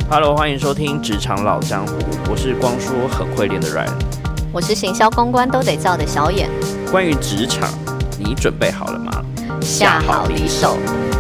Hello， 欢迎收听职场老江湖，我是光说很会练的 Ryan， 我是行销公关都得造的小眼。 关于职场，你准备好了吗？ 下好离手。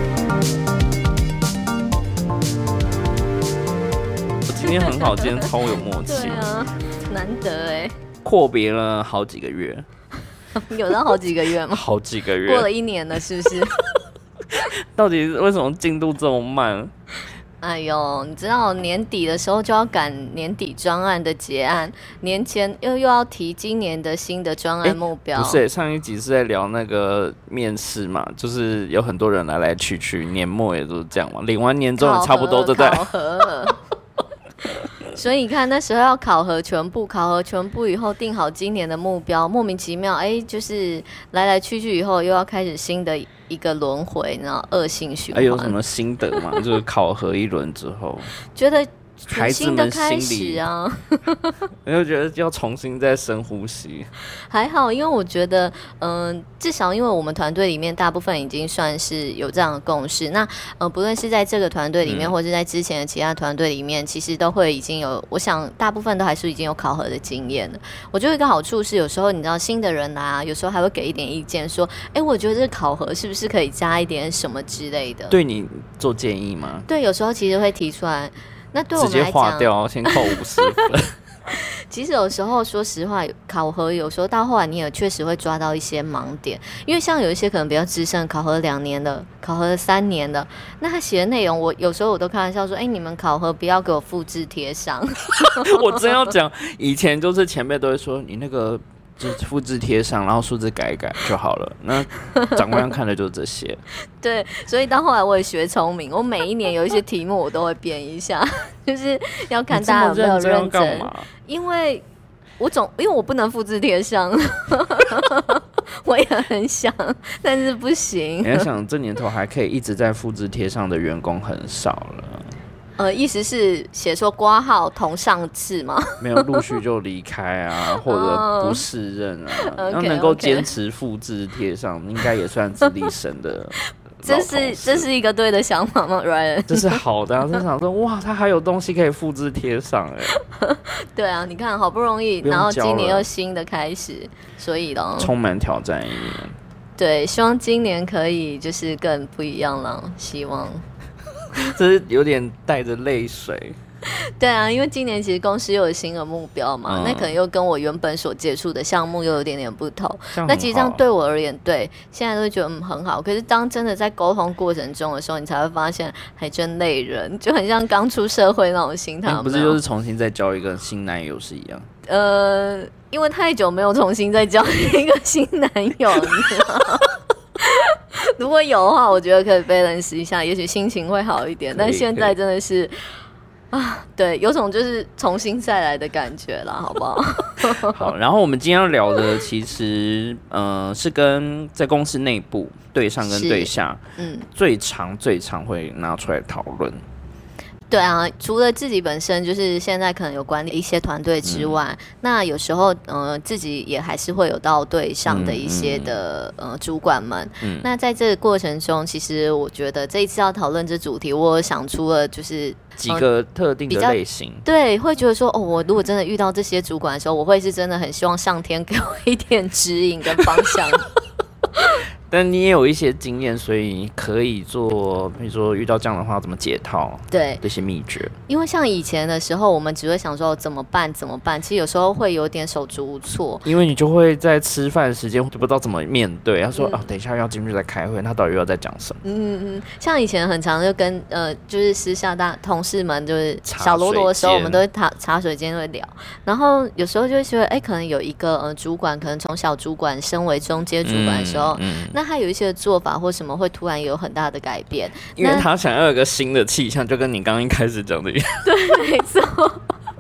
我今天很好，今天超有默契。 对啊，难得哎。 阔别了好几个月。 有到好几个月吗？ 好几个月， 过了1年了，是不是？ 到底为什么进度这么慢？ 哎呦，你知道年底的时候就要赶年底专案的结案，年前又要提今年的新的专案目标。 不是，上一集是在聊那个面试嘛，就是有很多人来来去去，年末也都是这样嘛，领完年终也差不多，对不对？ 考核了。所以你看，那时候要考核全部，考核全部以后定好今年的目标，莫名其妙，就是来来去去以后又要开始新的一个轮回，然后恶性循环。 有什么心得吗？就是考核一轮之后， 觉得孩子们心里啊， 我就觉得要重新再深呼吸。 还好，因为我觉得，至少因为我们团队里面大部分已经算是有这样的共识。那不论是在这个团队里面，或是在之前的其他团队里面，其实都会已经有，我想大部分都还是已经有考核的经验了。我觉得一个好处是，有时候你知道新的人啊，有时候还会给一点意见，说，我觉得这个考核是不是可以加一点什么之类的？ 对你做建议吗？ 对，有时候其实会提出来。那对我们来讲， 直接划掉，先扣50分。 其实有时候说实话，考核有时候到后来你也确实会抓到一些盲点，因为像有一些可能比较资深，考核2年的，考核3年的，那他写的内容，我有时候我都开玩笑说，你们考核不要给我复制贴上。 我真要讲，以前就是前辈都会说，你那个就复制贴上，然后数字改一改就好了。那长官看的就是这些。 对，所以到后来我也学聪明，我每一年有一些题目我都会变一下，就是要看大家有没有认真。因为我不能复制贴上，我也很想，但是不行。 你在想这年头还可以一直在复制贴上的员工很少了。 意思是写说挂号同上次吗？ 没有，陆续就离开啊，或者不适任啊。要能够坚持复制贴上，应该也算资历深的。 这是一个对的想法吗 ，Ryan？ 这是好的啊！就想说，哇，他还有东西可以复制贴上对啊，你看好不容易，然后今年又新的开始，所以咯， 充满挑战一年。 对，希望今年可以就是更不一样了，希望。 这是有点带着泪水。 对啊，因为今年其实公司又有新的目标嘛，那可能又跟我原本所接触的项目又有点点不同。那其实这样对我而言，对现在都会觉得很好。可是当真的在沟通过程中的时候，你才会发现还真累人，就很像刚出社会那种心态。 不是就是重新再交一个新男友是一样？ 因为太久没有重新再交一个新男友，你知道。如果有的话，我觉得可以 balance 一下，也许心情会好一点。但现在真的是对，有种就是重新再来的感觉啦，好不好？ 好，然后我们今天要聊的其实是跟在公司内部对上跟对下，最常会拿出来讨论。 对啊，除了自己本身就是现在可能有管理一些团队之外，那有时候自己也还是会有到对上的一些的主管们。那在这个过程中，其实我觉得这一次要讨论这主题，我有想出了就是几个特定的类型。 对，会觉得说我如果真的遇到这些主管的时候，我会是真的很希望上天给我一点指引跟方向。 但你也有一些经验，所以你可以做，比如说遇到这样的话怎么解套， 对这些秘诀。因为像以前的时候，我们只会想说怎么办，其实有时候会有点手足无措， 因为你就会在吃饭时间就不知道怎么面对。他说等一下要进去再开会，他到底又要再讲什么？ 像以前很常就跟就是私下同事们就是小啰啰的时候，我们都会茶水间会聊，然后有时候就会觉得可能有一个主管，可能从小主管升为中阶主管的时候，那他有一些做法或什么会突然有很大的改变， 因为他想要有一个新的气象，就跟你刚刚一开始讲的一样。 对，没错。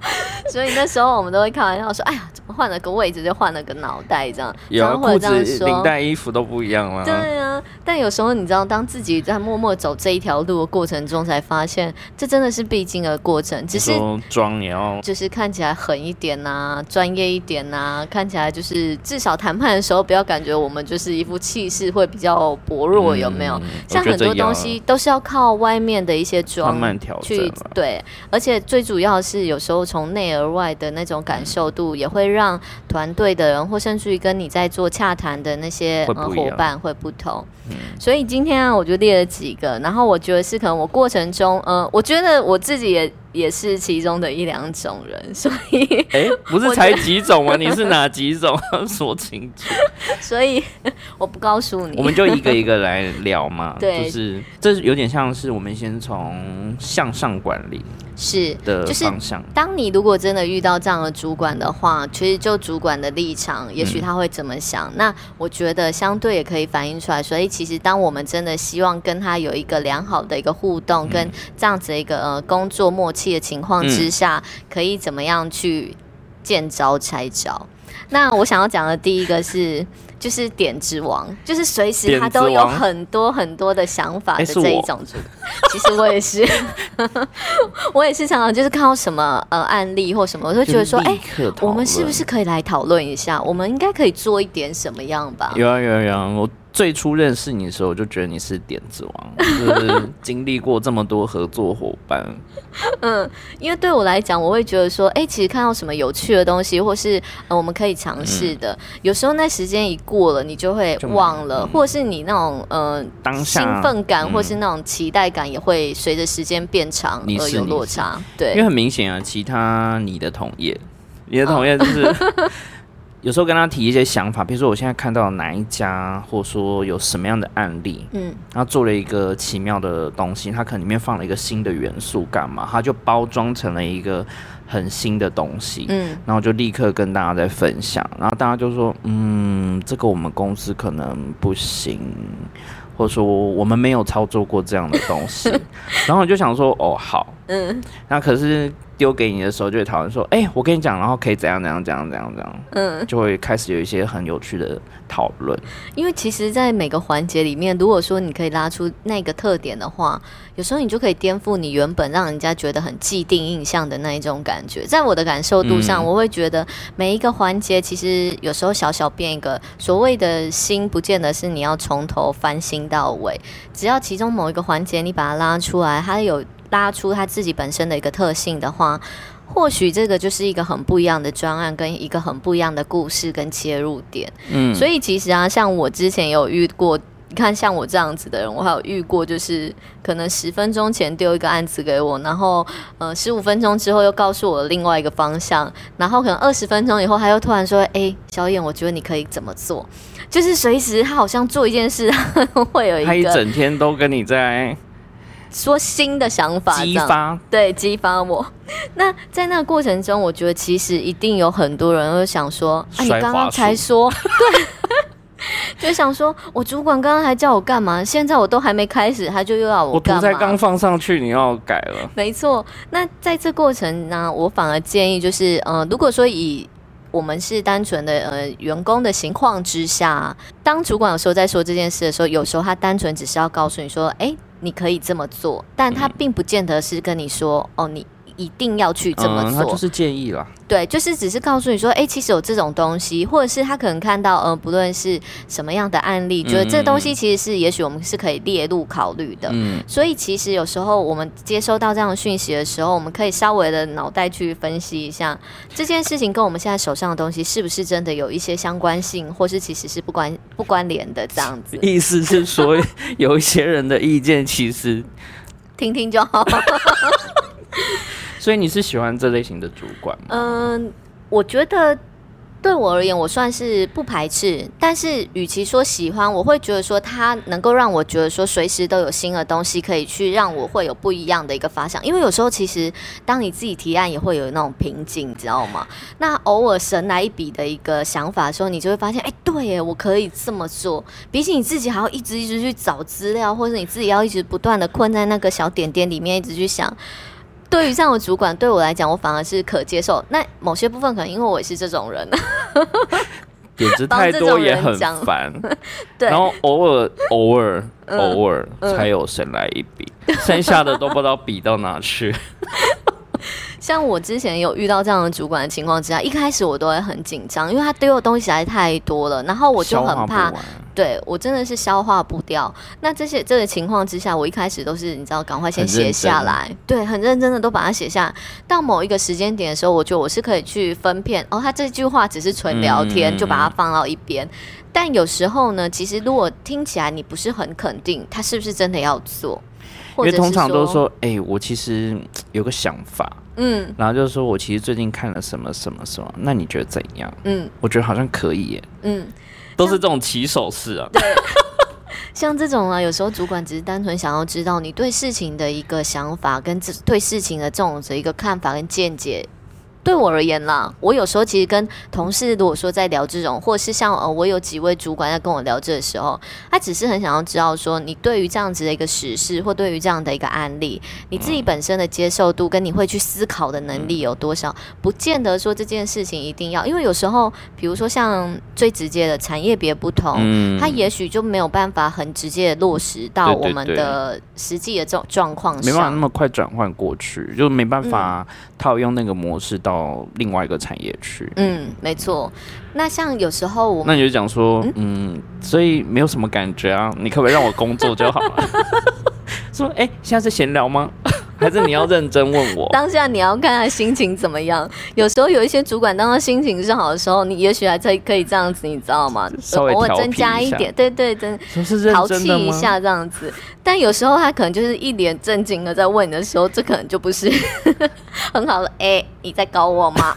所以那时候我们都会开玩笑说，哎呀，怎么换了个位置就换了个脑袋这样？ 有啊，裤子、领带、衣服都不一样吗？ 对啊，但有时候你知道，当自己在默默走这一条路的过程中，才发现这真的是必经的过程。只是妆也要， 就是看起来狠一点啊，专业一点啊，看起来就是至少谈判的时候不要感觉我们就是一副气势会比较薄弱，有没有？像很多东西都是要靠外面的一些妆慢慢调去对，而且最主要是有时候从内而外的那种感受度，也会让团队的人或甚至于跟你在做洽谈的那些伙伴会不同。所以今天啊，我就列了几个，然后我觉得是可能我过程中，我觉得我自己也是其中的1-2种人，所以不是才几种吗？你是哪几种？说清楚。 所以我不告诉你， 我们就一个一个来聊嘛。 对， 就是这有点像是我们先从向上管理是的方向。 就是当你如果真的遇到这样的主管的话，其实就主管的立场，也许他会怎么想？那我觉得相对也可以反映出来。所以其实当我们真的希望跟他有一个良好的一个互动，跟这样子一个工作默契的情况之下，可以怎么样去见招拆招？那我想要讲的第一个就是点子王，就是随时他都有很多很多的想法的这一种主。其实我也是，我也是常常就是看到什么案例或什么，我就觉得说，我们是不是可以来讨论一下？我们应该可以做一点什么样吧？ 有啊，我最初认识你的时候，我就觉得你是点子王，就是经历过这么多合作伙伴。 因为对我来讲，我会觉得说，其实看到什么有趣的东西，或是我们可以尝试的，有时候那时间一过了，你就会忘了，或是你那种当下兴奋感，或是那种期待感，也会随着时间变长而有落差。对， 因为很明显啊，其他你的同业就是。有时候跟他提一些想法，比如说我现在看到哪一家，或者说有什么样的案例，他做了一个奇妙的东西，他可能里面放了一个新的元素，干嘛？他就包装成了一个很新的东西，然后就立刻跟大家在分享，然后大家就说，这个我们公司可能不行，或者说我们没有操作过这样的东西，然后我就想说，好，那可是。丢给你的时候就会讨论说，我跟你讲，然后可以怎样，就会开始有一些很有趣的讨论。 因为其实，在每个环节里面，如果说你可以拉出那个特点的话，有时候你就可以颠覆你原本让人家觉得很既定印象的那一种感觉。在我的感受度上，我会觉得每一个环节其实有时候小小变一个，所谓的新，不见得是你要从头翻新到尾，只要其中某一个环节你把它拉出来，它有拉出他自己本身的一个特性的话，或许这个就是一个很不一样的专案，跟一个很不一样的故事跟切入点。所以其实啊，像我之前也有遇过，你看像我这样子的人，我还有遇过，就是可能10分钟前丢一个案子给我，然后15分钟之后又告诉我另外一个方向，然后可能20分钟以后他又突然说，小燕，我觉得你可以怎么做？就是随时他好像做一件事会有一个， 他一整天都跟你在说新的想法，激发我。那在那个过程中，我觉得其实一定有很多人会想说，你刚刚才说，对，就想说我主管刚刚还叫我干嘛，现在我都还没开始，他就又要我干嘛？ 我图才刚放上去，你要改了。 没错。那在这过程呢，我反而建议就是，如果说以我们是单纯的员工的情况之下，当主管有时候在说这件事的时候，有时候他单纯只是要告诉你说，你可以这么做，但他并不见得是跟你说，你一定要去这么做， 他就是建议啦。 对，就是只是告诉你说，其实有这种东西，或者是他可能看到，不论是什么样的案例，觉得这个东西其实是，也许我们是可以列入考虑的。所以其实有时候我们接收到这样的讯息的时候，我们可以稍微的脑袋去分析一下这件事情跟我们现在手上的东西是不是真的有一些相关性，或是其实是不关联的这样子。 意思是说，有一些人的意见其实听听就好。 所以你是喜欢这类型的主管吗？ 我觉得对我而言，我算是不排斥，但是与其说喜欢，我会觉得说它能够让我觉得说随时都有新的东西可以去让我会有不一样的一个发想。因为有时候其实当你自己提案也会有那种瓶颈，你知道吗？那偶尔神来一笔的一个想法的时候，你就会发现，对耶，我可以这么做。比起你自己还要一直去找资料，或者你自己要一直不断的困在那个小点点里面，一直去想。 对于这样的主管，对我来讲，我反而是可接受。那某些部分可能因为我也是这种人， 点子太多也很烦。对，然后偶尔才有神来一笔，剩下的都不知道比到哪去。 像我之前有遇到这样的主管的情况之下，一开始我都会很紧张，因为他丢的东西实在太多了，然后我就很怕，对我真的是消化不掉。那这个情况之下，我一开始都是你知道，赶快先写下来，对，很认真的都把它写下。到某一个时间点的时候，我觉得我是可以去分辨，他这句话只是纯聊天，就把它放到一边。但有时候呢，其实如果听起来你不是很肯定，他是不是真的要做？ 因为通常都说，我其实有个想法，然后就是说我其实最近看了什么什么什么，那你觉得怎样？我觉得好像可以耶，都是这种起手式啊。 对，像这种啊，有时候主管只是单纯想要知道你对事情的一个想法，跟对事情的这种的一个看法跟见解。对我而言啦，我有时候其实跟同事如果说在聊这种，或者是像我有几位主管在跟我聊这的时候，他只是很想要知道说，你对于这样子的一个时事，或对于这样的一个案例，你自己本身的接受度跟你会去思考的能力有多少，不见得说这件事情一定要，因为有时候比如说像最直接的产业别不同，它也许就没有办法很直接的落实到我们的实际的这种状况上， 没办法那么快转换过去，就没办法套用那个模式到另外一个产业去。 没错。那像有时候我们， 那你就讲说，所以没有什么感觉啊，你可不可以让我工作就好了？说，现在是闲聊吗？还是你要认真问我？ 当下你要看他心情怎么样。有时候有一些主管，当他心情是好的时候，你也许还可以这样子，你知道吗？ 稍微偶尔增加一点，对，淘气一下这样子。但有时候他可能就是一脸正经的在问你的时候，这可能就不是很好的。你在搞我吗？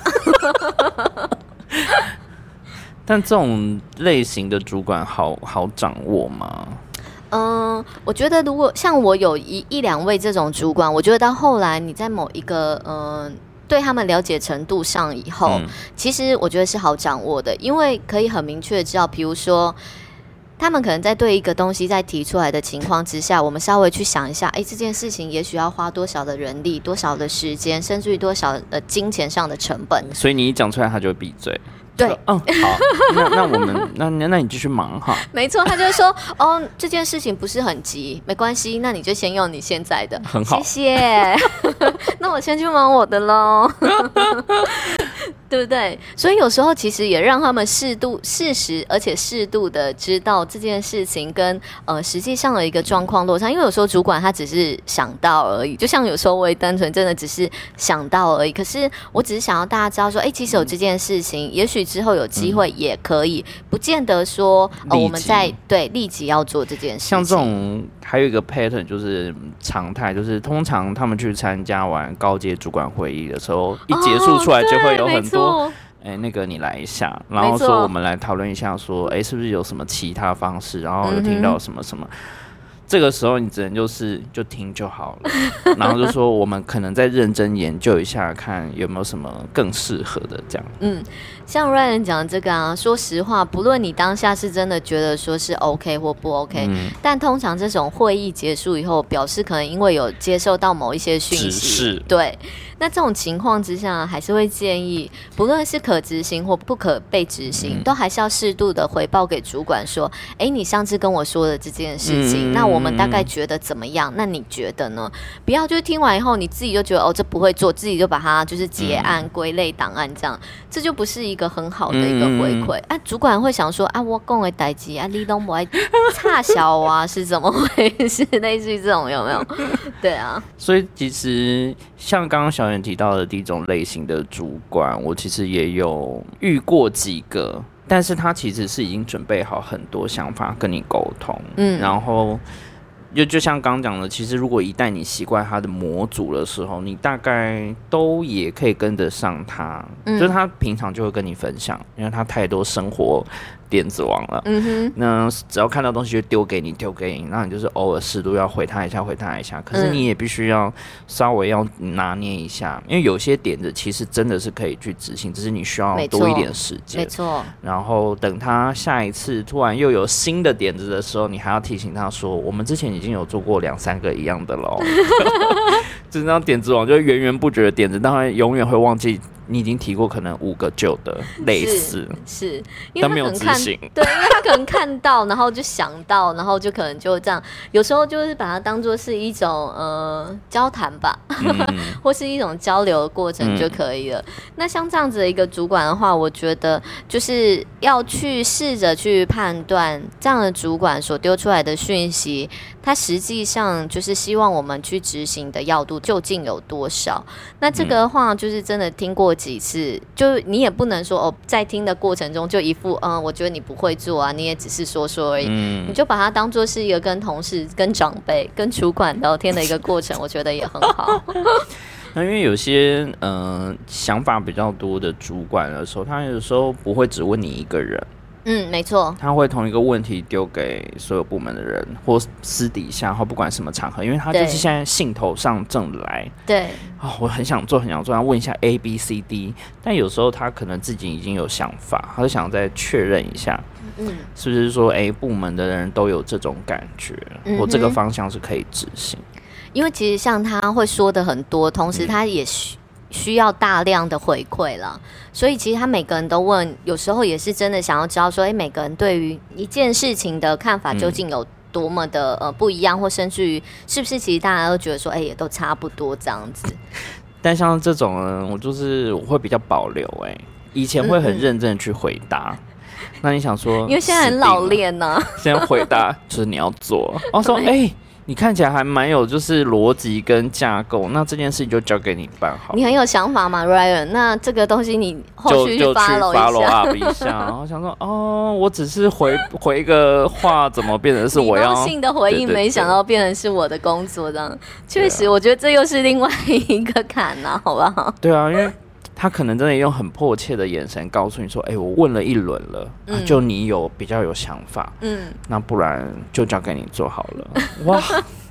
但这种类型的主管好掌握吗？ 我觉得如果像我有一两位这种主管，我觉得到后来你在某一个对他们了解程度上以后，其实我觉得是好掌握的，因为可以很明确的知道，比如说他们可能在对一个东西在提出来的情况之下，我们稍微去想一下，这件事情也许要花多少的人力、多少的时间，甚至于多少金钱上的成本。 所以你一讲出来，他就会闭嘴。 对， 好，那我们那你继续忙哈。 没错，他就会说，这件事情不是很急，没关系，那你就先用你现在的， 很好， 谢谢。那我先去忙我的喽。对不对？所以有时候其实也让他们适时而且适度的知道这件事情跟实际上的一个状况落差，因为有时候主管他只是想到而已，就像有时候我也单纯真的只是想到而已，可是我只是想要大家知道说，其实有这件事情，也许之后有机会也可以，不见得说我们在立即要做这件事情。 像这种还有一个 pattern 就是常态，就是通常他们去参加完高阶主管会议的时候，一结束出来就会有很多。那个你来一下，然后说我们来讨论一下说，是不是有什么其他方式，然后有听到什么什么，这个时候你只能就听就好了，然后就说我们可能再认真研究一下，看有没有什么更适合的这样。 像 Ryan 讲的这个啊，说实话，不论你当下是真的觉得说是 OK 或不 OK，但通常这种会议结束以后，表示可能因为有接受到某一些讯息，对。那这种情况之下，还是会建议，不论是可执行或不可被执行，都还是要适度的回报给主管说，你上次跟我说的这件事情，那我们大概觉得怎么样？那你觉得呢？不要就是听完以后，你自己就觉得这不会做，自己就把它就是结案、归类档案这样，这就不是一个很好的一个回馈。主管会想说我讲的代志你都不爱差小啊，是怎么回事？类似于这种有没有？对啊， 所以其实像刚刚小远提到的第一种类型的主管，我其实也有遇过几个，但是他其实是已经准备好很多想法跟你沟通，然后就像刚刚讲的，其实如果一旦你习惯他的模组的时候，你大概都也可以跟得上他，就是他平常就会跟你分享，因为他太多生活点子王了，那只要看到东西就丢给你，然后你就是偶尔适度要回他一下，可是你也必须要稍微要拿捏一下，因为有些点子其实真的是可以去执行，只是你需要多一点时间， 没错。 然后等他下一次突然又有新的点子的时候，你还要提醒他说，我们之前已经有做过2-3个一样的咯。就是那点子王就源源不绝的点子，当然永远会忘记你已经提过可能5个旧的类似， 是因为他没有执行， 对，因为他可能看到，然后就想到，然后就可能就这样，有时候就是把它当作是一种交谈吧，或是一种交流的过程就可以了。那像这样子的一个主管的话，我觉得就是要去试着去判断这样的主管所丢出来的讯息，他实际上就是希望我们去执行的要度究竟有多少。那这个的话就是真的听过几次，就你也不能说在听的过程中就一副我觉得你不会做啊，你也只是说说而已，你就把它当作是一个跟同事、跟长辈、跟主管聊天的一个过程，我觉得也很好。 那因为有些想法比较多的主管的时候，他有时候不会只问你一个人。 没错， 他会同一个问题丢给所有部门的人，或私底下，或不管什么场合，因为他就是现在兴头上正来。 对我很想做，要问一下 A、B、C、D， 但有时候他可能自己已经有想法，他就想再确认一下，是不是说部门的人都有这种感觉，或这个方向是可以执行。 因为其实像他会说的很多，同时他也需要大量的回馈了，所以其实他每个人都问，有时候也是真的想要知道说，每个人对于一件事情的看法究竟有多么的不一样，或甚至于是不是其实大家都觉得说，也都差不多这样子。 但像这种呢，我会比较保留，以前会很认真的去回答。那你想说， 因为现在很老练呢， 现在回答就是你要做，然后说你看起来还蛮有就是逻辑跟架构，那这件事情就交给你办好。 你很有想法嘛 Ryan， 那这个东西你后续去 follow up 一下，然后想说我只是回一个话，怎么变成是我要礼貌性的回应，没想到变成是我的工作这样。确实，我觉得这又是另外一个坎啊，好不好？ 对啊，因为他可能真的用很迫切的眼神告诉你说，我问了一轮了，就你比较有想法，那不然就交给你做好了。哇，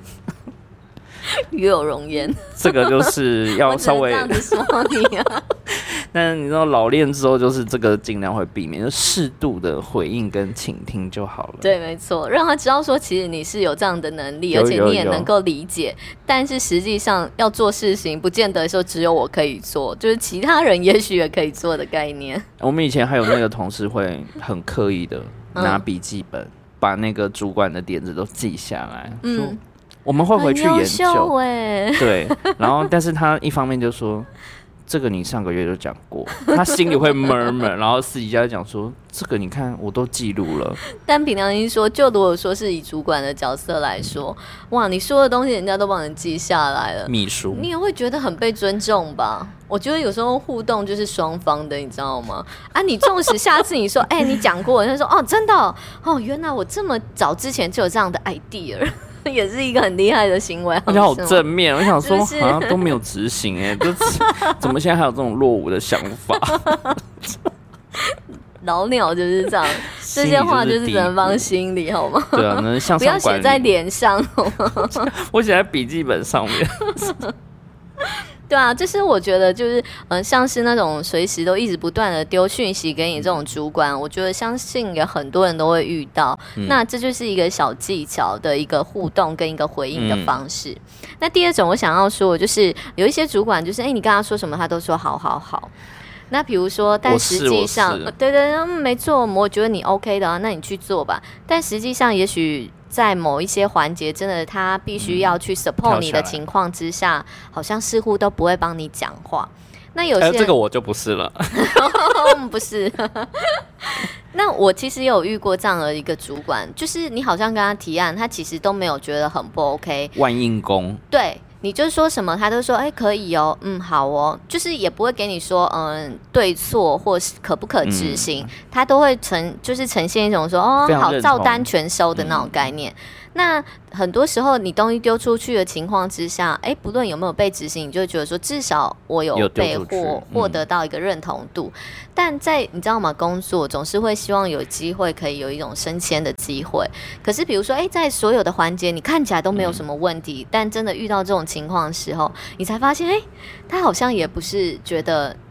与有容颜， 这个就是要稍微这样子说你啊。 但你知道老练之后，就是这个尽量会避免，就适度的回应跟倾听就好了。 对，没错，让他知道说，其实你是有这样的能力，而且你也能够理解。但是实际上要做事情，不见得说只有我可以做，就是其他人也许也可以做的概念。 我们以前还有那个同事会很刻意的拿笔记本，把那个主管的点子都记下来，说我们会回去研究。对，然后但是他一方面就说，这个你上个月就讲过，他心里会 murmur， 然后私底下讲说，这个你看我都记录了。但凭良心说，就如果说是以主管的角色来说，哇，你说的东西人家都帮你记下来了， 秘书， 你也会觉得很被尊重吧？我觉得有时候互动就是双方的，你知道吗？你纵使下次你说，你讲过，他说真的原来我这么早之前就有这样的 idea。也是一个很厉害的行为， 而且好正面。我想说，好像都没有执行，怎么现在还有这种落伍的想法？ 老鸟就是这样，这些话就是只能放心里，好吗？ 对啊，能向上管理， 不要写在脸上，好吗？ 我写在笔记本上面。 对啊，就是我觉得就是像是那种随时都一直不断的丢讯息给你这种主管，我觉得相信有很多人都会遇到。那这就是一个小技巧的一个互动跟一个回应的方式。那第二种我想要说，就是有一些主管就是你跟他说什么，他都说好好好。那比如说，但实际上，对，没错，我觉得你 OK 的那你去做吧。但实际上，也许在某一些环节，真的他必须要去 support 你的情况之下，好像似乎都不会帮你讲话。那有些这个我就不是了， 不是。那我其实有遇过这样的一个主管，就是你好像跟他提案，他其实都没有觉得很不 OK， 万应公， 对。你就说什么，他都说可以哦，好哦，就是也不会给你说对错或是可不可执行，他都会就是呈现一种说好照单全收的那种概念。那很多时候你东西丢出去的情况之下，不论有没有被执行，你就会觉得说至少我有被获得到一个认同度。但在你知道吗，工作总是会希望有机会可以有一种升迁的机会。可是比如说在所有的环节你看起来都没有什么问题，但真的遇到这种情况的时候，你才发现他好像也不是觉得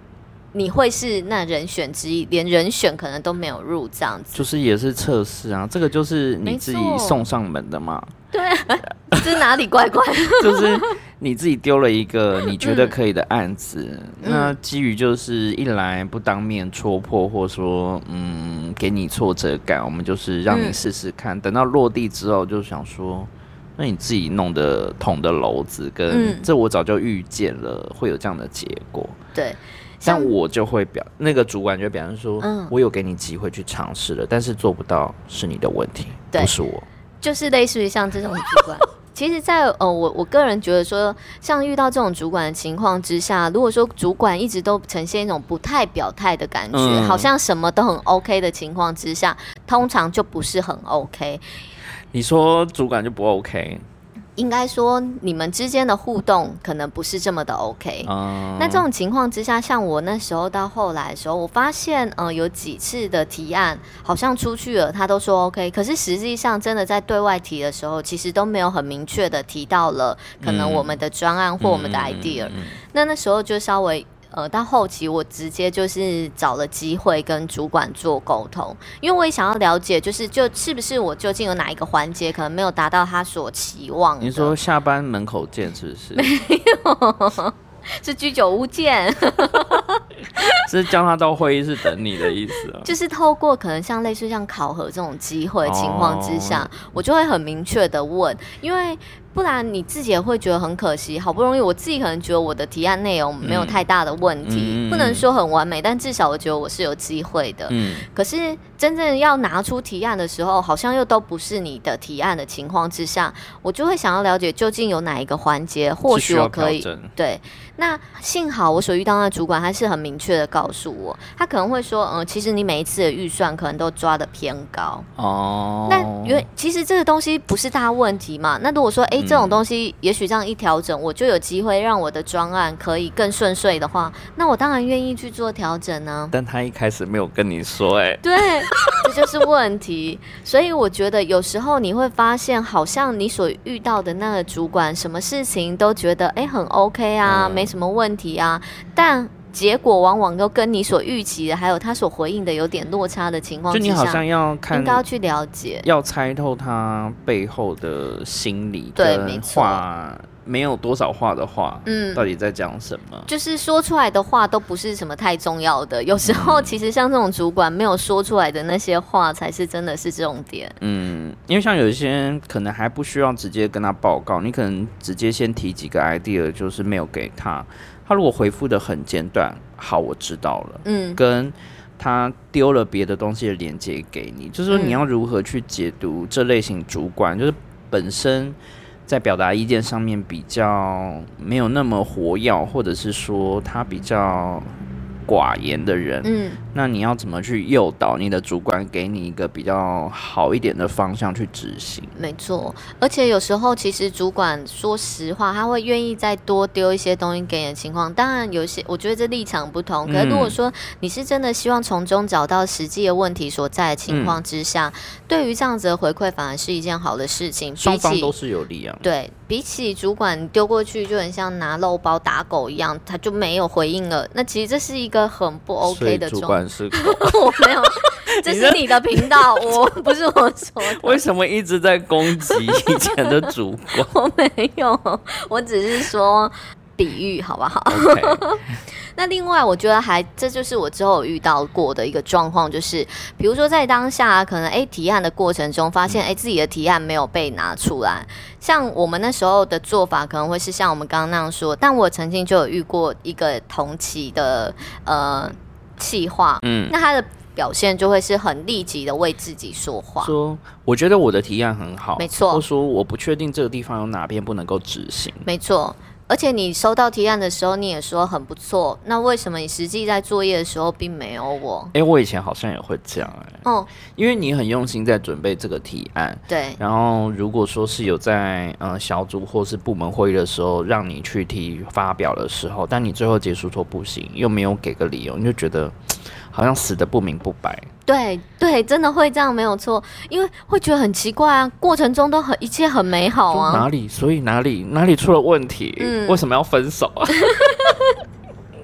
你会是那人选之一，连人选可能都没有入这样子， 就是也是测试啊，这个就是你自己送上门的嘛。 对啊，这哪里怪怪？ 就是你自己丢了一个你觉得可以的案子，那基于就是一来不当面戳破，或说给你挫折感，我们就是让你试试看，等到落地之后就想说，那你自己弄的捅的篓子跟这我早就预见了会有这样的结果。 对。 但我就会那个主管就表示说，我有给你机会去尝试了，但是做不到是你的问题，不是我。 就是类似于像这种主管，其实在，我个人觉得说，像遇到这种主管的情况之下，如果说主管一直都呈现一种不太表态的感觉，好像什么都很 OK 的情况之下，通常就不是很 OK。 你说主管就不 OK？ 应该说你们之间的互动可能不是这么的 OK。那这种情况之下，像我那时候到后来的时候，我发现有几次的提案好像出去了，他都说 OK， 可是实际上真的在对外提的时候，其实都没有很明确的提到了可能我们的专案或我们的 idea。那时候就稍微到后期我直接就是找了机会跟主管做沟通，因为我也想要了解就是不是我究竟有哪一个环节可能没有达到他所期望的。 你说下班门口见是不是？ 没有，是居酒屋见。 是叫他到会议室等你的意思啊？ 就是透过可能像类似像考核这种机会情况之下，我就会很明确的问，因为不然你自己也会觉得很可惜，好不容易我自己可能觉得我的提案内容没有太大的问题，不能说很完美，但至少我觉得我是有机会的。可是真正要拿出提案的时候，好像又都不是你的提案的情况之下，我就会想要了解究竟有哪一个环节或许我可以对。那幸好我所遇到的主管他是很明确的告诉我，他可能会说其实你每一次的预算可能都抓得偏高那其实这个东西不是大问题嘛，那如果说这种东西也许这样一调整，我就有机会让我的专案可以更顺遂的话，那我当然愿意去做调整呢。 但他一开始没有跟你说对，这就是问题。所以我觉得有时候你会发现好像你所遇到的那个主管什么事情都觉得很 OK 啊，没什么问题啊，但结果往往都跟你所预期的还有他所回应的有点落差的情况之下， 就你好像要看， 应该要去了解， 要猜透他背后的心理跟话，没有多少话的话，到底在讲什么？就是说出来的话都不是什么太重要的，有时候其实像这种主管没有说出来的那些话，才是真的是重点。 因为像有一些人可能还不需要直接跟他报告，你可能直接先提几个 idea， 就是没有给他。他如果回复的很简短，好，我知道了，跟他丢了别的东西的连接给你，就是说你要如何去解读这类型主管，就是本身在表达意见上面比较没有那么活跃，或者是说他比较寡言的人，那你要怎么去诱导你的主管给你一个比较好一点的方向去执行？ 没错，而且有时候其实主管说实话，他会愿意再多丢一些东西给你的情况，当然有些我觉得这立场不同，可是如果说你是真的希望从中找到实际的问题所在的情况之下，对于这样子的回馈反而是一件好的事情， 双方都是有利啊。 对，比起主管丢过去就很像拿肉包打狗一样，他就没有回应了，那其实这是一个很不 OK 的状况。 所以主管是狗我没有，这是你的频道，我不是我说的。 为什么一直在攻击以前的主管？ 我没有，我只是说比喻好不好？ Okay. 那另外我觉得这就是我之后有遇到过的一个状况，就是比如说在当下可能提案的过程中发现自己的提案没有被拿出来，像我们那时候的做法可能会是像我们刚刚那样说，但我曾经就有遇过一个同期的企划，那他的表现就会是很立即的为自己说话， 说我觉得我的提案很好， 没错， 或说我不确定这个地方有哪边不能够执行， 没错。而且你收到提案的时候你也说很不错，那为什么你实际在作业的时候并没有我？ 我以前好像也会这样因为你很用心在准备这个提案， 对， 然后如果说是有在小组或是部门会议的时候让你去发表的时候，但你最后结束说不行，又没有给个理由，你就觉得好像死得不明不白。 对对，真的会这样，没有错，因为会觉得很奇怪啊，过程中都一切很美好啊， 哪里？所以哪里出了问题？为什么要分手啊？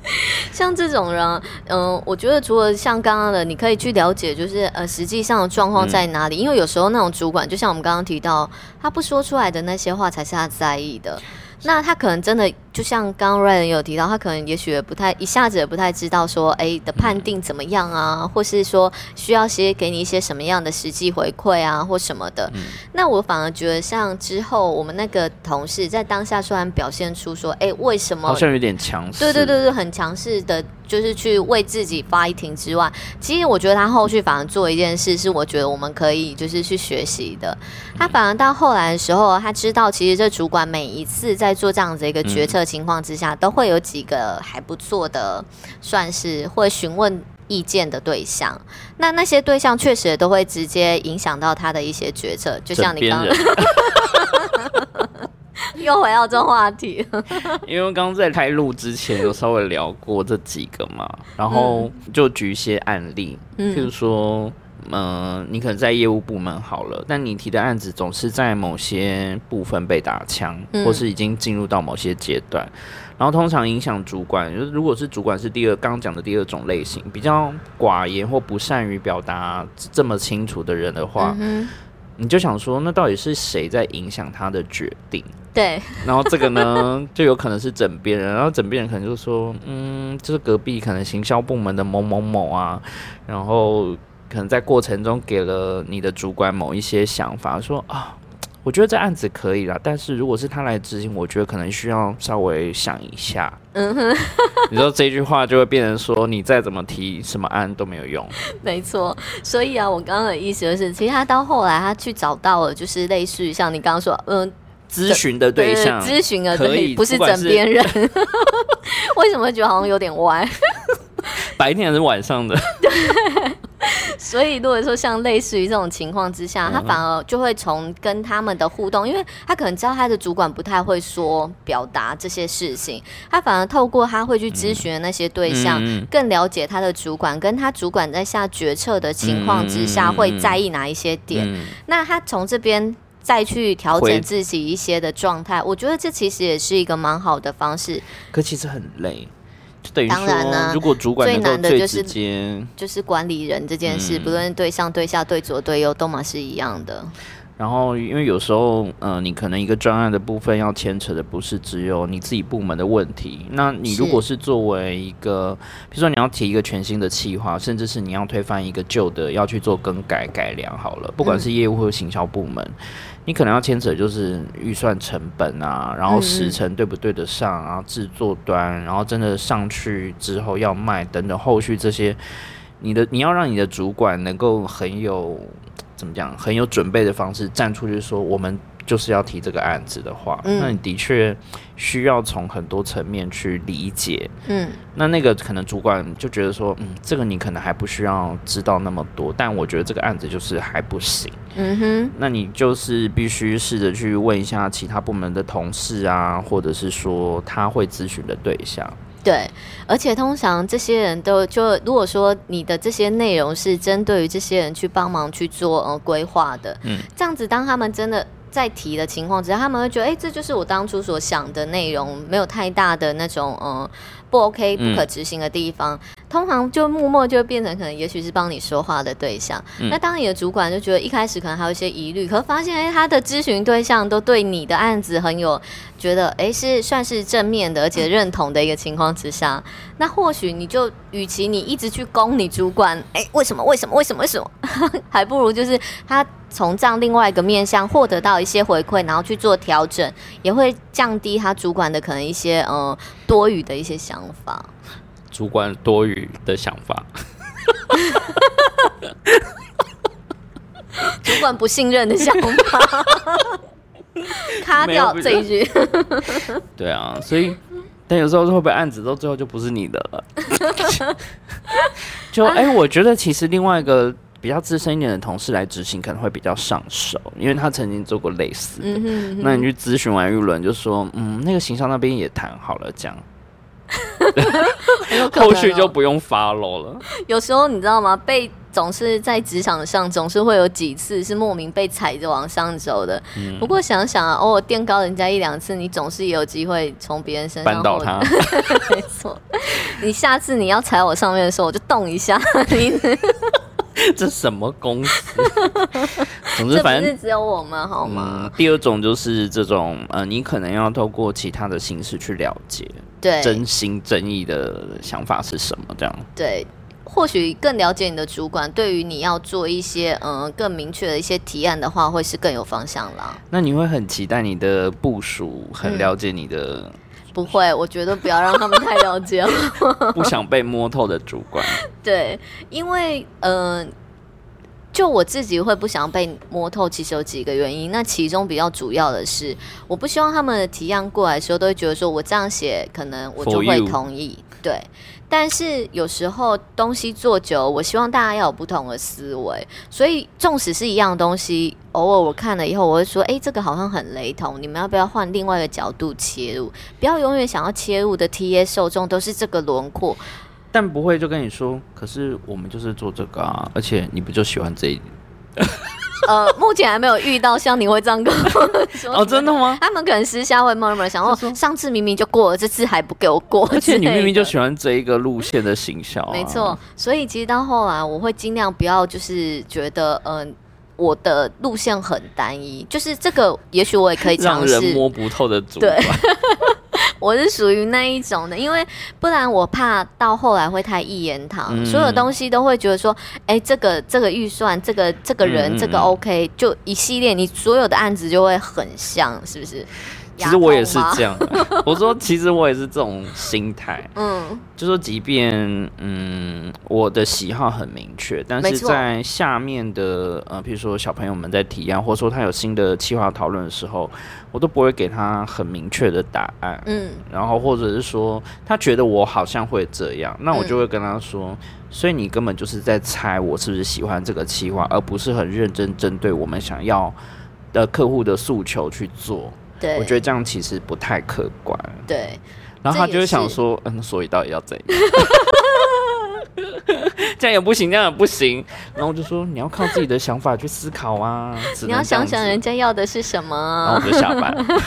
像这种人，我觉得除了像刚刚的，你可以去了解，就是实际上的状况在哪里，因为有时候那种主管，就像我们刚刚提到，他不说出来的那些话才是他在意的。那他可能真的就像刚刚 Ryan 有提到，他可能也许一下子也不太知道说的判定怎么样啊，或是说需要给你一些什么样的实际回馈啊或什么的。那我反而觉得像之后我们那个同事在当下虽然表现出说为什么好像有点强势， 对，很强势的，就是去为自己发一庭之外，其实我觉得他后续反而做一件事是我觉得我们可以就是去学习的。他反而到后来的时候，他知道其实这主管每一次在做这样子一个决策情况之下，都会有几个还不错的，算是会询问意见的对象。那些对象确实都会直接影响到他的一些决策，就像你刚刚又回到这话题因为刚刚在开录之前有稍微聊过这几个嘛，然后就举一些案例，譬如说你可能在业务部门好了，但你提的案子总是在某些部分被打枪，或是已经进入到某些阶段，然后通常影响主管，就是如果是主管是刚刚讲的第二种类型，比较寡言或不善于表达这么清楚的人的话，你就想说，那到底是谁在影响他的决定？ 对， 然后这个呢，就有可能是枕边人，然后枕边人可能就说，就是隔壁可能行销部门的某某某啊，然后可能在过程中给了你的主管某一些想法，说我觉得这案子可以啦，但是如果是他来执行，我觉得可能需要稍微想一下。你说这句话就会变成说，你再怎么提什么案都没有用。 没错，所以啊，我刚刚的意思就是，其实他到后来他去找到了，就是类似于像你刚刚说， 咨询的对象， 咨询的可以，不是枕边人。为什么觉得好像有点歪？ 白天还是晚上的？ 对。所以如果说像类似于这种情况之下，他反而就会从跟他们的互动，因为他可能知道他的主管不太会表达这些事情，他反而透过他会去咨询的那些对象，更了解他的主管，跟他主管在下决策的情况之下会在意哪一些点，那他从这边再去调整自己一些的状态，我觉得这其实也是一个蛮好的方式。 可其实很累。就等于说，如果主管能够最直接， 就是管理人这件事，不论对上对下对左对右都嘛是一样的。 然后，因为有时候，你可能一个专案的部分要牵扯的不是只有你自己部门的问题。那你如果是作为一个，比如说你要提一个全新的企划，甚至是你要推翻一个旧的，要去做更改改良好了，不管是业务或行销部门，你可能要牵扯就是预算成本啊，然后时程对不对得上，然后制作端，然后真的上去之后要卖等等后续这些，你要让你的主管能够很有准备的方式站出去说我们就是要提这个案子的话，那你的确需要从很多层面去理解。那个可能主管就觉得说，这个你可能还不需要知道那么多，但我觉得这个案子就是还不行。那你就是必须试着去问一下其他部门的同事啊，或者是说他会咨询的对象。 对，而且通常这些人如果说你的这些内容是针对于这些人去帮忙去做规划的，这样子当他们真的在提的情况之下，他们会觉得这就是我当初所想的内容，没有太大的那种不 OK 不可执行的地方，通常就默默就会变成可能也许是帮你说话的对象。那当你的主管就觉得一开始可能还有一些疑虑，可发现他的咨询对象都对你的案子很有觉得是算是正面的而且认同的一个情况之下，那或许你就与其你一直去攻你主管为什么还不如就是他从这样另外一个面向获得到一些回馈，然后去做调整，也会降低他主管的可能一些多余的一些想法。 主管多余的想法主管不信任的想法卡掉这一句对啊，所以但有时候会不会案子到最后就不是你的了就我觉得其实另外一个比较资深一点的同事来执行可能会比较上手，因为他曾经做过类似的。那你去咨询完一轮就说那个行销那边也谈好了这样后续就不用 follow 了。 有时候你知道吗，被总是在职场上总是会有几次是莫名被踩着往上走的。不过想想啊，偶尔垫高人家1-2次，你总是也有机会从别人身上扳倒他。 没错，你下次你要踩我上面的时候，我就动一下。 这什么公司？总之，反正这不是只有我们好吗？ 第二种就是这种你可能要透过其他的形式去了解， 对， 真心真意的想法是什么，这样对。或许更了解你的主管，对于你要做一些更明确的一些提案的话，会是更有方向啦。 那你会很期待你的部属很了解你的？ 不会，我觉得不要让他们太了解了。 不想被摸透的主管。 对，因为就我自己会不想被摸透，其实有几个原因。那其中比较主要的是，我不希望他们的提案过来的时候，都会觉得说我这样写，可能我就会同意。对，但是有时候东西做久，我希望大家要有不同的思维。所以，纵使是一样的东西，偶尔我看了以后，我会说，这个好像很雷同，你们要不要换另外一个角度切入？不要永远想要切入的 TA 受众都是这个轮廓。 但不会就跟你说，可是我们就是做这个啊，而且你不就喜欢这一点？ 目前还没有遇到像你会这样跟我说。 哦，真的吗？ 他们可能私下会默默想说，上次明明就过了，这次还不给我过。 而且你明明就喜欢这一个路线的行销啊。 没错，所以其实到后来，我会尽量不要就是觉得我的路线很单一，就是这个也许我也可以尝试让人摸不透的主管。 我是属于那一种的，因为不然我怕到后来会太一言堂，所有东西都会觉得说，这个预算，这个人，这个 OK， 就一系列，你所有的案子就会很像，是不是？ 其实我也是这样，我说其实我也是这种心态，就说即便我的喜好很明确，但是在下面的譬如说小朋友们在提案，或者说他有新的企划讨论的时候，我都不会给他很明确的答案，然后或者是说他觉得我好像会这样，那我就会跟他说，所以你根本就是在猜我是不是喜欢这个企划，而不是很认真针对我们想要的客户的诉求去做。 对， 我觉得这样其实不太客观。 对， 然后他就会想说，所以到底要怎样？这样也不行，这样也不行。然后我就说，你要靠自己的想法去思考啊。 你要想想人家要的是什么。 然后我就下班了，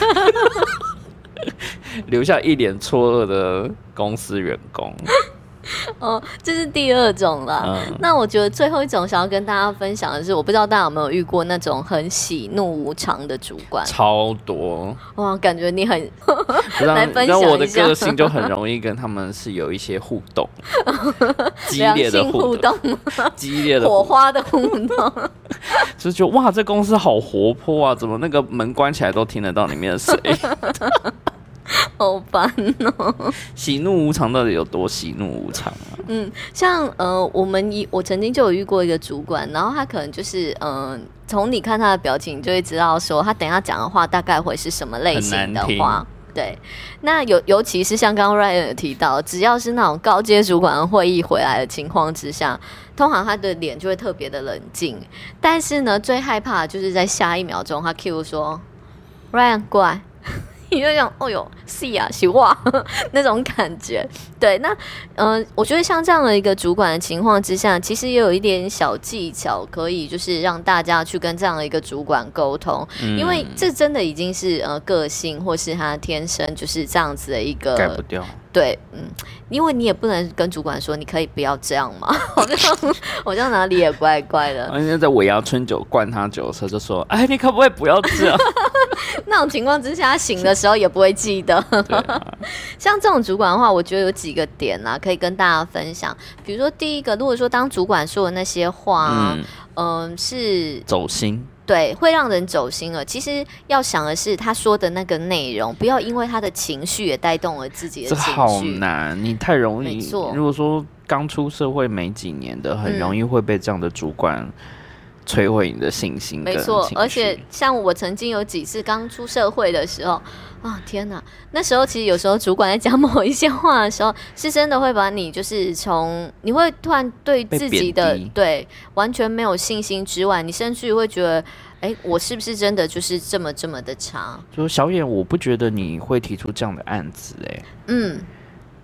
留下一脸错愕的公司员工。 这是第二种啦。那我觉得最后一种想要跟大家分享的是，我不知道大家有没有遇过那种很喜怒无常的主管。 超多哇，感觉你很来分享一下。 然后我的个性就很容易跟他们是有一些互动，激烈的互动，激烈的火花的互动， 就觉得哇，这公司好活泼啊！怎么那个门关起来都听得到里面的声音？ 好烦哦！ 喜怒无常到底有多喜怒无常啊？ 像我曾经就有遇过一个主管，然后他可能就是从你看他的表情，就会知道说他等一下讲的话大概会是什么类型的话。对，那尤其是像刚刚 Ryan 有提到，只要是那种高阶主管会议回来的情况之下，通常他的脸就会特别的冷静。但是呢，最害怕的就是在下一秒钟，他 Q 说 Ryan 过来。你就想，哦哟，是啊，是哇那种感觉。对，那我觉得像这样的一个主管的情况之下，其实也有一点小技巧，可以就是让大家去跟这样的一个主管沟通，因为这真的已经是个性或是他天生就是这样子的一个改不掉。 对，因为你也不能跟主管说你可以不要这样嘛，好像哪里也怪怪的。 人家在尾牙春酒灌他酒的时候就说：“哎，你可不可以不要这样？” 那种情况之下，他醒的时候也不会记得。像这种主管的话，我觉得有几个点啊，可以跟大家分享。比如说，第一个，如果说当主管说的那些话，是走心。 对，会让人走心了。其实要想的是他说的那个内容，不要因为他的情绪也带动了自己的情绪。这好难，你太容易。 没错， 如果说刚出社会没几年的，很容易会被这样的主管摧毁你的信心跟情绪。没错， 而且像我曾经有几次刚出社会的时候，天哪！那时候其实有时候主管在讲某一些话的时候，是真的会把你就是你会突然对自己的对完全没有信心之外，你甚至会觉得，我是不是真的就是这么的差？ 就小野，我不觉得你会提出这样的案子，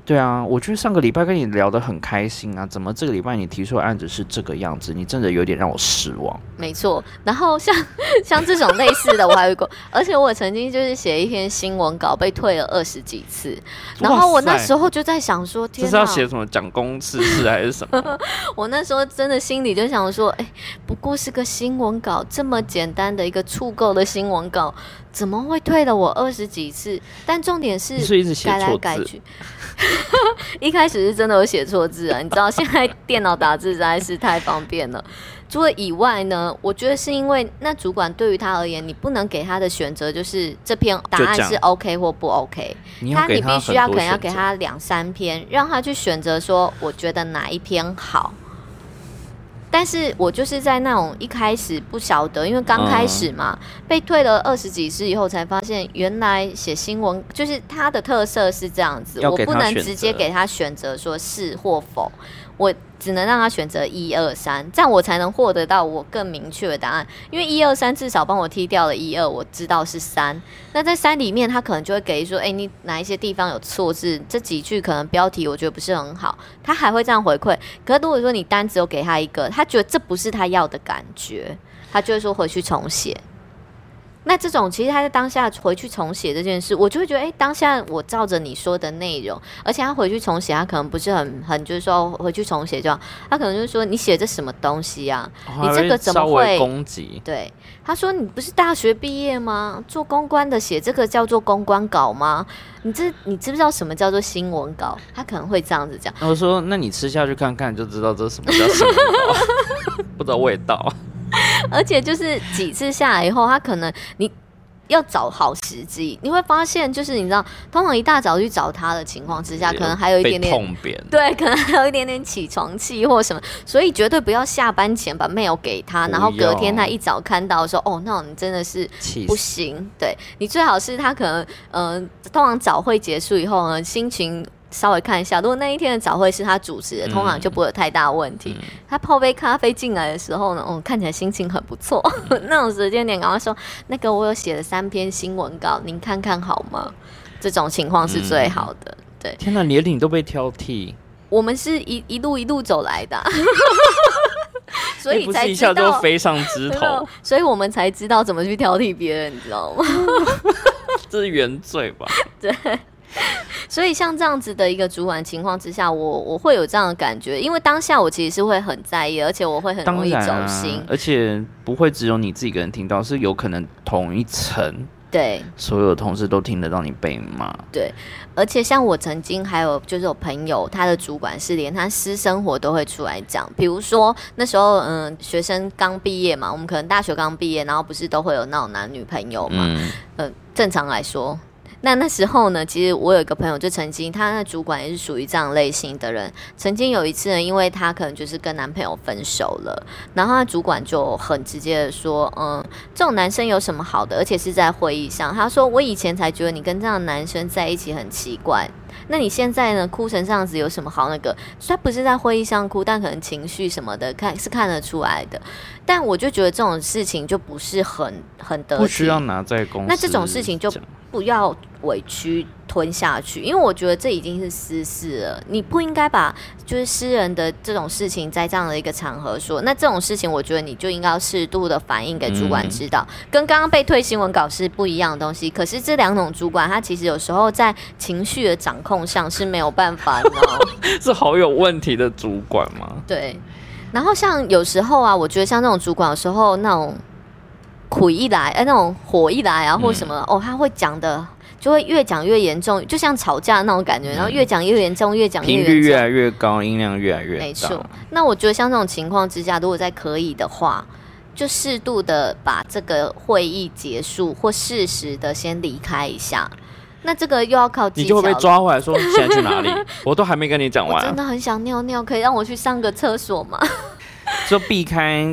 对啊，我觉得上个礼拜跟你聊得很开心啊，怎么这个礼拜你提出的案子是这个样子？你真的有点让我失望。 没错，然后像这种类似的我还有过，而且我曾经就是写一篇新闻稿被退了20几次，然后我那时候就在想说，天哪， 这是要写什么讲公事还是什么？ 我那时候真的心里就想说，不过是个新闻稿，这么简单的一个触构的新闻稿，怎么会退了我20几次？但重点是改来改去。一开始是真的有写错字啊，你知道现在电脑打字实在是太方便了。除了以外呢，我觉得是因为那主管对于他而言，你不能给他的选择就是这篇答案是 OK 或不 OK， 你必须要可能要给他2-3篇，让他去选择说我觉得哪一篇好。但是我就是在那种一开始不晓得，因为刚开始嘛，被退了20几次以后，才发现原来写新闻就是它的特色是这样子，我不能直接给他选择说是或否，我只能让他选择1、2、3，这样我才能获得到我更明确的答案。因为1、2、3至少帮我踢掉了1、2，我知道是3。那在3里面，他可能就会给说，你哪一些地方有错字，这几句可能标题我觉得不是很好，他还会这样回馈。可是如果说你单只有给他一个，他觉得这不是他要的感觉，他就会说回去重写。那这种其实他在当下回去重写这件事，我就会觉得，当下我照着你说的内容，而且他回去重写，他可能不是很就是说回去重写就好，他可能就是说你写这什么东西啊？你这个怎么会攻击？ 对，他说你不是大学毕业吗？做公关的写这个叫做公关稿吗？你知不知道什么叫做新闻稿？他可能会这样子讲。 我说，那你吃下去看看就知道这什么叫新闻稿，不知道味道。 而且就是几次下来以后，他可能你要找好时机，你会发现就是你知道，通常一大早去找他的情况之下，可能还有一点点痛扁， 对，可能还有一点点起床气或什么，所以绝对不要下班前把 mail 给他，然后隔天他一早看到说，那你真的是不行。对，你最好是他可能通常早会结束以后呢，心情稍微看一下，如果那一天的早会是他主持的，通常就不会有太大问题。他泡杯咖啡进来的时候呢，看起来心情很不错。那种时间点，赶快说，那个我有写了3篇新闻稿，您看看好吗？这种情况是最好的。对， 天哪，连你都被挑剔。 我们是一路走来的，所以才知道不是一下就飞上枝头， 所以我们才知道怎么去挑剔别人，你知道吗？ 这是原罪吧？ 对。所以像这样子的一个主管情况之下，我会有这样的感觉，因为当下我其实是会很在意，而且我会很容易走心， 而且不会只有你自己一个人听到，是有可能同一层， 对， 所有的同事都听得到你被骂。 对，而且像我曾经还有就是有朋友，他的主管是连他私生活都会出来讲，比如说那时候学生刚毕业嘛，我们可能大学刚毕业，然后不是都会有那种男女朋友嘛，正常来说。那时候呢，其实我有一个朋友，就曾经他的主管也是属于这样类型的人。曾经有一次呢，因为他可能就是跟男朋友分手了，然后他主管就很直接的说，这种男生有什么好的？而且是在会议上，他说我以前才觉得你跟这样的男生在一起很奇怪。那你现在呢？哭成这样子有什么好？他不是在会议上哭，但可能情绪什么的是看得出来的。但我就觉得这种事情就不是很得体， 不需要拿在公司。 那这种事情就不要委屈吞下去，因为我觉得这已经是私事了，你不应该把就是私人的这种事情在这样的一个场合说。那这种事情，我觉得你就应该要适度的反映给主管知道，跟刚刚被退新闻稿是不一样的东西。可是这2种主管，他其实有时候在情绪的掌控上是没有办法的， 是好有问题的主管吗？ 对。然后像有时候啊，我觉得像这种主管，有时候那种苦一来，那种火一来啊，或什么他会讲的。就会越讲越严重，就像吵架那种感觉，然后越讲越严重，越讲越严重， 频率越来越高，音量越来越大。 没错。那我觉得像这种情况之下，如果再可以的话，就适度的把这个会议结束，或适时的先离开一下。那这个又要靠技巧， 你就会被抓回来说现在去哪里？我都还没跟你讲完。 我真的很想尿尿，可以让我去上个厕所吗？ 就避开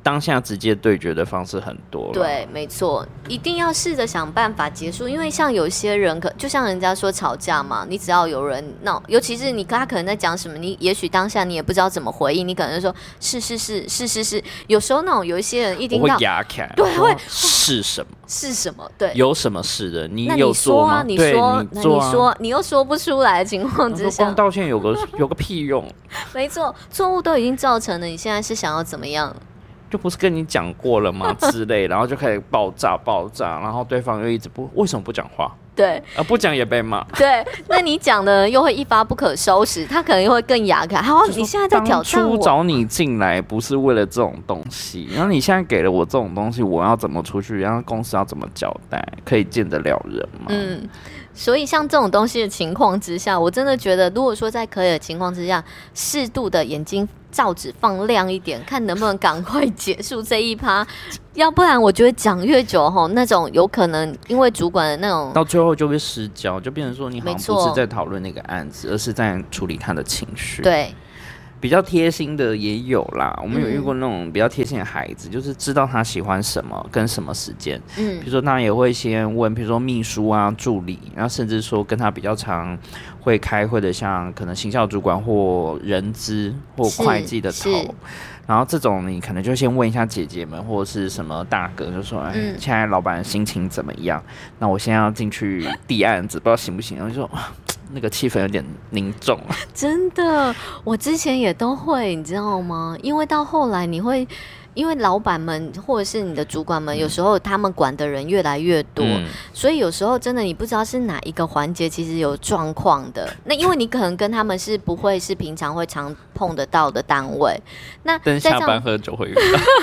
当下直接对决的方式很多了。 对，没错，一定要试着想办法结束，因为像有些人就像人家说吵架嘛，你只要有人闹，尤其是他可能在讲什么，你也许当下你也不知道怎么回应，你可能就说是，有时候那种有一些人一定要我会压开， 对，会是什么？ 是什么？对， 有什么事的？你那有做吗？ 你说， 你说， 你又说不出来的情况之下， 光道歉有个屁用？ 没错，错误都已经造成了，你现在是想要怎么样？ 就不是跟你讲过了吗？之类，然后就开始爆炸，然后对方又一直为什么不讲话？ 对， 不讲也被骂。 对，那你讲的又会一发不可收拾，他可能又会更牙开。好，你现在在挑战我。 当初找你进来不是为了这种东西，然后你现在给了我这种东西，我要怎么出去？然后公司要怎么交代？可以见得了人吗？ 所以像这种东西的情况之下，我真的觉得，如果说在可以的情况之下，适度的眼睛罩子放亮一点，看能不能赶快结束这一趴，要不然我觉得讲越久吼，那种有可能因为主管的那种， 到最后就会失焦，就变成说你好像不是在讨论那个案子，而是在处理他的情绪。 对。 比较贴心的也有啦，我们有遇过那种比较贴心的孩子，就是知道他喜欢什么跟什么时间，比如说他也会先问，比如说秘书啊、助理，然后甚至说跟他比较常会开会的，像可能行销主管或人资或会计的头，然后这种你可能就先问一下姐姐们或者是什么大哥，就说现在老板心情怎么样？那我现在要进去递案子，不知道行不行？然后就说那个气氛有点凝重了。真的，我之前也都会，你知道吗？因为到后来你会，因为老板们或者是你的主管们，有时候他们管的人越来越多，所以有时候真的你不知道是哪一个环节其实有状况的。那因为你可能跟他们是不会是平常会常碰得到的单位，那等下班喝酒会遇到。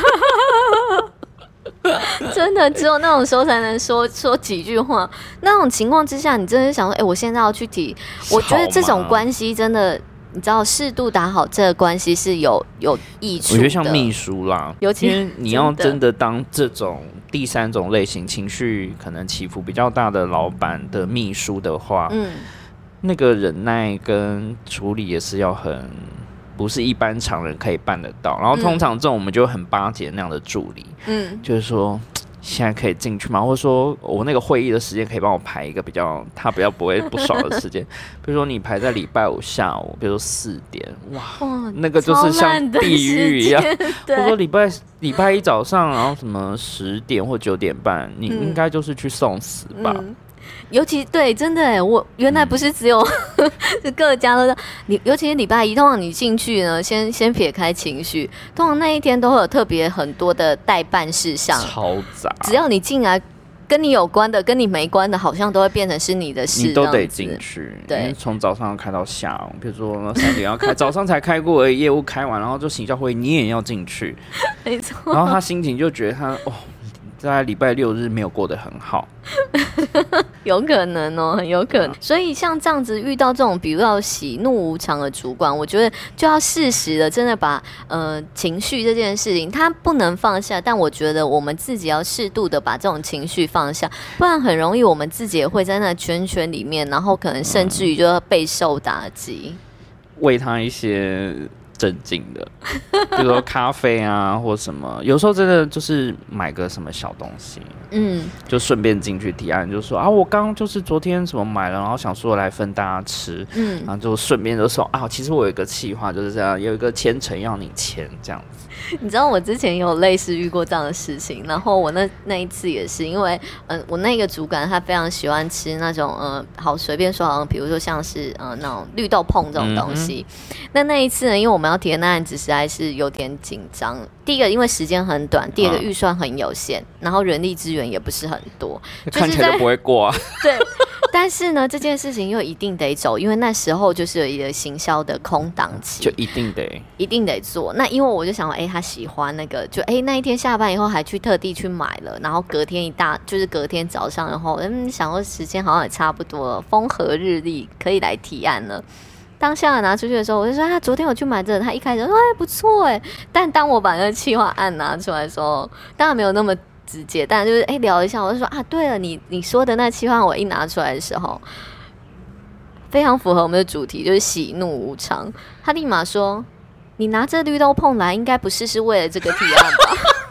真的只有那种时候才能说几句话。那种情况之下，你真的想说，我现在要去提。我觉得这种关系真的，你知道，适度打好这个关系是有益处的。 我觉得像秘书啦， 尤其因为你要真的当这种第三种类型情绪可能起伏比较大的老板的秘书的话，那个忍耐跟处理也是要不是一般常人可以办得到。然后通常这种我们就很巴结那样的助理，就是说现在可以进去吗？或者说我那个会议的时间可以帮我排一个他比较不会不爽的时间，比如说你排在礼拜五下午，比如说4点，哇，那个就是像地狱一样。或者说礼拜一早上，然后什么10点或9点半，你应该就是去送死吧。 尤其对，真的哎，我原来不是只有各家都你，尤其是礼拜一，通常你进去呢，先撇开情绪，通常那一天都会有特别很多的代办事项， 超杂。 只要你进来，跟你有关的、跟你没关的，好像都会变成是你的事， 你都得进去。对，从早上要开到下午，比如说3点要开，早上才开过而已，业务开完，然后就行销会议，你也要进去， 没错。 然后他心情就觉得他在礼拜6日没有过得很好。 有可能哦，很有可能。所以像这样子遇到这种比较喜怒无常的主管，我觉得就要适时的真的把情绪这件事情，他不能放下，但我觉得我们自己要适度的把这种情绪放下，不然很容易我们自己也会在那圈圈里面，然后可能甚至于就要备受打击。 喂他一些镇静的，比如说咖啡啊或什么，有时候真的就是买个什么小东西，就顺便进去提案，就说我刚就是昨天什么买了，然后想说来分大家吃，然后就顺便就说其实我有一个企划就是这样，有一个千层要你签这样子。 你知道我之前有类似遇过这样的事情，然后我那一次也是因为我那个主管他非常喜欢吃那种好随便说，好像比如说像是那种绿豆椪这种东西。那一次呢，因为我们要提的那案子实在是有点紧张。第一个因为时间很短，第二个预算很有限，然后人力资源也不是很多， 看起来就不会过啊。 对。但是呢，这件事情又一定得走，因为那时候就是有一个行销的空档期， 就一定得做。那因为我就想说，他喜欢那个，就那一天下班以后还特地去买了，然后隔天隔天早上，然后想说时间好像也差不多了，风和日丽，可以来提案了。当下拿出去的时候，我就说昨天我去买这个，他一开始说不错哎，但当我把那个企划案拿出来的时候，当然没有那么直接，但就是聊一下，我就说对了，你说的那企划我一拿出来的时候，非常符合我们的主题，就是喜怒无常。他立马说：“你拿这绿豆椪来，应该不是为了这个提案吧？”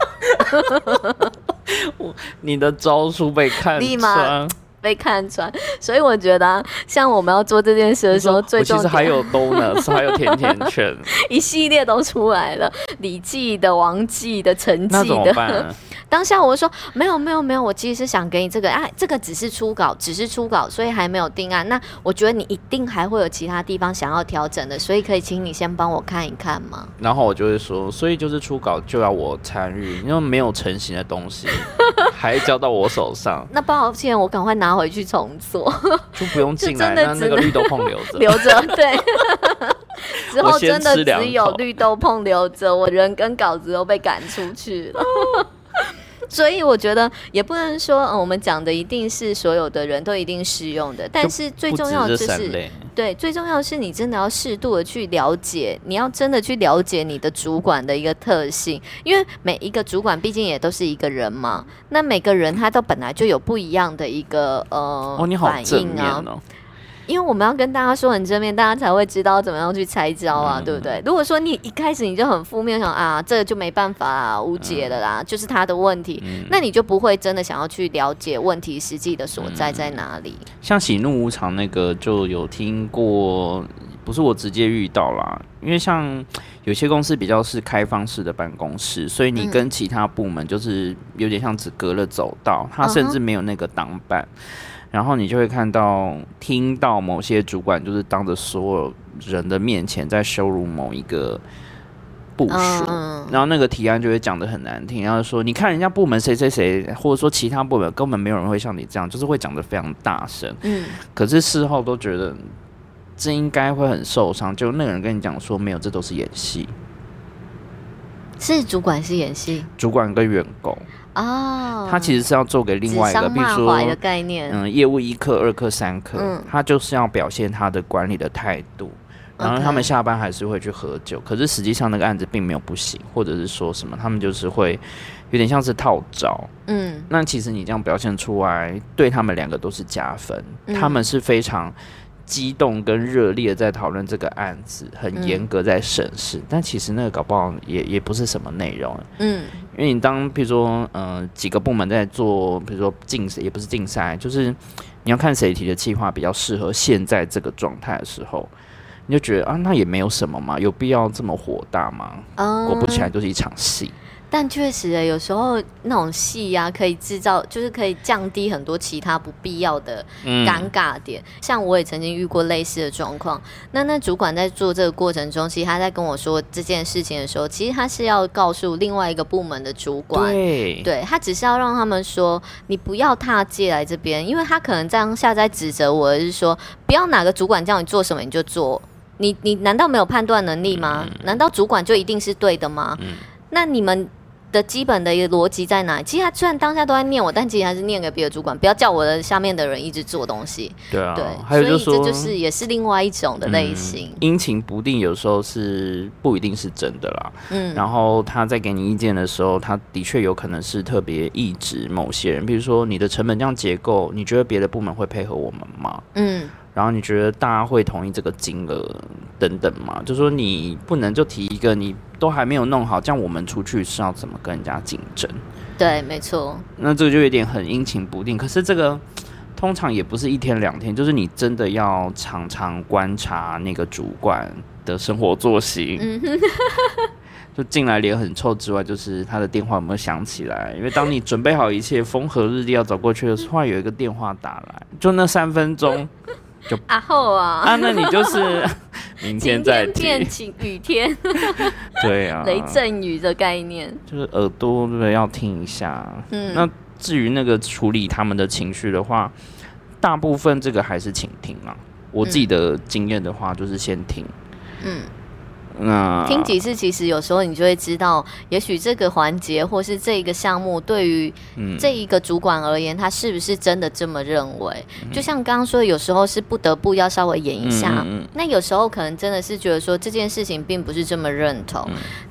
你的招数被看立马穿。 被看穿，所以我觉得、像我们要做这件事的时候，最重点我其实还有 donuts， 还有甜甜圈， 一系列都出来了，李记的、王记的、陈记的。 那怎么办？ 当下我就说没有，我其实是想给你这个这个只是初稿，所以还没有定案。那我觉得你一定还会有其他地方想要调整的，所以可以请你先帮我看一看吗？ 然后我就会说，所以就是初稿就要我参与，因为没有成型的东西还交到我手上。 那抱歉，我赶快拿回去重做， 就不用进来，那个绿豆椪留着， 留着，对。之后真的只有绿豆椪留着，我人跟稿子都被赶出去了。所以我觉得也不能说，我们讲的一定是所有的人都一定适用的，但是最重要的就是对，最重要的是你真的要适度的去了解，你要真的去了解你的主管的一个特性，因为每一个主管毕竟也都是一个人嘛，那每个人他都本来就有不一样的一个你好反应啊。因为我们要跟大家说很正面，大家才会知道怎么样去拆招啊，对不对？如果说你一开始你就很负面，想这个就没办法啦，无解的啦，就是他的问题，那你就不会真的想要去了解问题实际的所在在哪里。 像喜怒无常那个就有听过，不是我直接遇到啦，因为像有些公司比较是开放式的办公室，所以你跟其他部门就是有点像只隔了走道，他甚至没有那个挡板。然后你就会听到某些主管就是当着所有人的面前在羞辱某一个部署，然后那个提案就会讲得很难听，然后说你看人家部门谁谁谁，或者说其他部门根本没有人会像你这样，就是会讲得非常大声。可是事后都觉得这应该会很受伤，就那个人跟你讲说没有，这都是演戏。 是主管是演戏， 主管跟员工。他其实是要做给另外一个，比如说的概念， 业务1课、2课、3课，他就是要表现他的管理的态度，然后他们下班还是会去喝酒，可是实际上那个案子并没有不行，或者是说什么，他们就是会有点像是套招，那其实你这样表现出来，对他们2个都是加分，他们是非常激动跟热烈在讨论这个案子，很严格在审视，但其实那个搞不好也不是什么内容，因为你当比如说几个部门在做，比如说也不是竞赛，就是你要看谁提的企划比较适合现在这个状态的时候，你就觉得那也没有什么嘛，有必要这么火大吗？果不其然就是一场戏。 但确实有时候那种戏可以制造，就是可以降低很多其他不必要的尴尬点。像我也曾经遇过类似的状况。那主管在做这个过程中，其实他在跟我说这件事情的时候，其实他是要告诉另外一个部门的主管，对，他只是要让他们说，你不要踏界来这边，因为他可能当下在指责我的是说，不要哪个主管叫你做什么你就做，你难道没有判断能力吗？难道主管就一定是对的吗？那你们的基本的一个逻辑在哪里？其实他虽然当下都在念我，但其实还是念给别的主管，不要叫我的下面的人一直做东西。 对啊， 对， 还有就是说， 所以这就是也是另外一种的类型。 阴晴不定，有时候是不一定是真的啦。然后他在给你意见的时候，他的确有可能是特别抑制某些人，比如说你的成本这样结构，你觉得别的部门会配合我们吗？然后你觉得大家会同意这个金额等等吗？就说你不能就提一个你都还没有弄好，这样我们出去是要怎么跟人家竞争？ 对，没错。 那这个就有点很阴晴不定。可是这个通常也不是1天2天，就是你真的要常常观察那个主管的生活作息。就进来脸很臭之外，就是他的电话有没有响起来？因为当你准备好一切，风和日丽要走过去的时候，突然有一个电话打来，就那3分钟。就那你就是明天再听。今天变雨天， 对啊， 雷阵雨的概念， 就是耳朵对不对要听一下。那至于那个处理他们的情绪的话，大部分这个还是倾听啊。我自己的经验的话，就是先听。 听几次，其实有时候你就会知道，也许这个环节或是这一个项目对于这一个主管而言，他是不是真的这么认为？就像刚刚说的，有时候是不得不要稍微演一下，那有时候可能真的是觉得说这件事情并不是这么认同。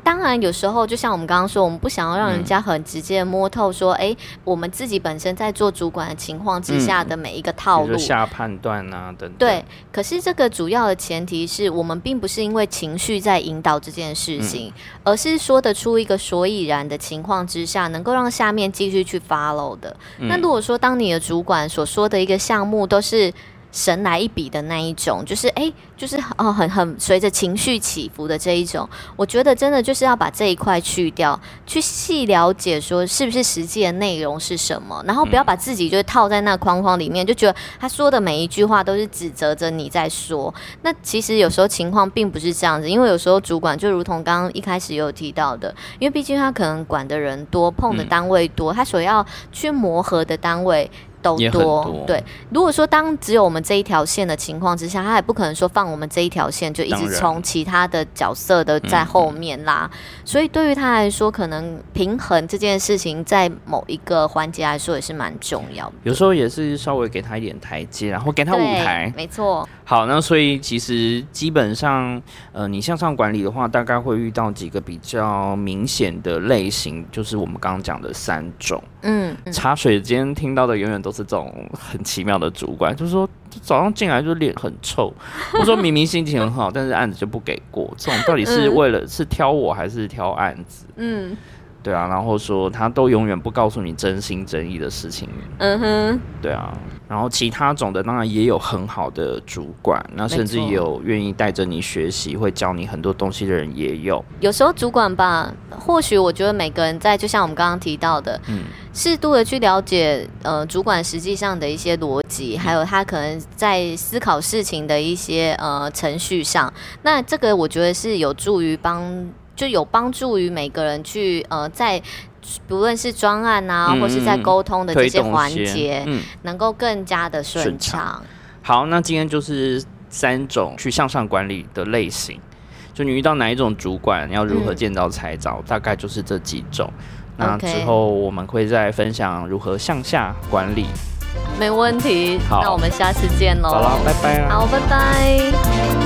当然有时候就像我们刚刚说，我们不想要让人家很直接的摸透说，我们自己本身在做主管的情况之下的每一个套路， 下判断啊等等。 对，可是这个主要的前提是我们并不是因为情绪在引导这件事情，而是说得出一个所以然的情况之下，能够让下面继续去 follow 的。那如果说当你的主管所说的一个项目都是神来一笔的那一种，就是很随着情绪起伏的这一种，我觉得真的就是要把这一块去掉，去细了解说是不是实际的内容是什么，然后不要把自己就套在那框框里面，就觉得他说的每一句话都是指责着你在说。那其实有时候情况并不是这样子，因为有时候主管就如同刚刚一开始有提到的，因为毕竟他可能管的人多，碰的单位多，他所要去磨合的单位都多，对。如果说当只有我们这一条线的情况之下，他也不可能说放我们这一条线就一直从其他的角色的在后面啦。所以对于他来说，可能平衡这件事情在某一个环节来说也是蛮重要的。 有时候也是稍微给他一点台阶，然后给他舞台。 没错。 好，那所以其实基本上，你向上管理的话，大概会遇到几个比较明显的类型，就是我们刚刚讲的3种。茶水间听到的永远都是这种很奇妙的主管，就是说早上进来就脸很臭，或者说明明心情很好，但是案子就不给过，这种到底是为了是挑我还是挑案子？对啊，然后说他都永远不告诉你真心真意的事情。对啊，然后其他种的当然也有很好的主管，那甚至也有愿意带着你学习，会教你很多东西的人也有。 有时候主管吧，或许我觉得每个人在，就像我们刚刚提到的，适度的去了解主管实际上的一些逻辑，还有他可能在思考事情的一些程序上，那这个我觉得是有助于帮助于每个人去在不论是专案啊，或是在沟通的这些环节，能够更加的顺畅。 好，那今天就是3种去向上管理的类型，就你遇到哪一种主管，要如何见招拆招，大概就是这几种。那之后我们会再分享如何向下管理。 没问题，那我们下次见喽。 好啦，拜拜啦。 好，拜拜。